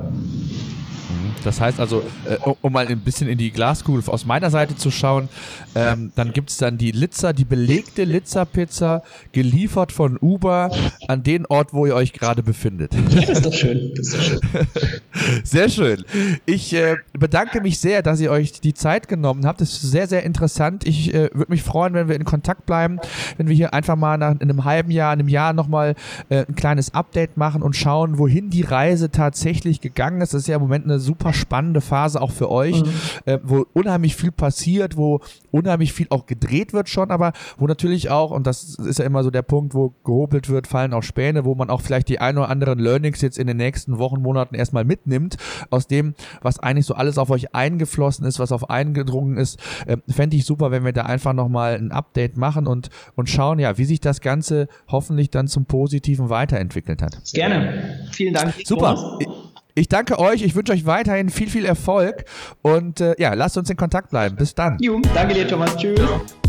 Das heißt also, äh, um mal ein bisschen in die Glaskugel aus meiner Seite zu schauen, ähm, dann gibt es dann die Litza, die belegte Litza-Pizza, geliefert von Uber an den Ort, wo ihr euch gerade befindet. Das ist doch schön. Das ist doch schön. Sehr schön. Ich äh, bedanke mich sehr, dass ihr euch die Zeit genommen habt. Das ist sehr, sehr interessant. Ich äh, würde mich freuen, wenn wir in Kontakt bleiben, wenn wir hier einfach mal nach in einem halben Jahr, einem Jahr nochmal äh, ein kleines Update machen und schauen, wohin die Reise tatsächlich gegangen ist. Das ist ja im Moment eine super spannende Phase auch für euch, mhm. äh, wo unheimlich viel passiert, wo unheimlich viel auch gedreht wird schon, aber wo natürlich auch, und das ist ja immer so der Punkt, wo gehobelt wird, fallen auch Späne, wo man auch vielleicht die ein oder anderen Learnings jetzt in den nächsten Wochen, Monaten erstmal mitnimmt, aus dem, was eigentlich so alles auf euch eingeflossen ist, was auf eingedrungen ist. Äh, fände ich super, wenn wir da einfach nochmal ein Update machen und, und schauen, ja, wie sich das Ganze hoffentlich dann zum Positiven weiterentwickelt hat. Gerne. Vielen Dank. Super. Ich danke euch, ich wünsche euch weiterhin viel, viel Erfolg und äh, ja, lasst uns in Kontakt bleiben. Bis dann. Jo, danke dir, Thomas. Tschüss.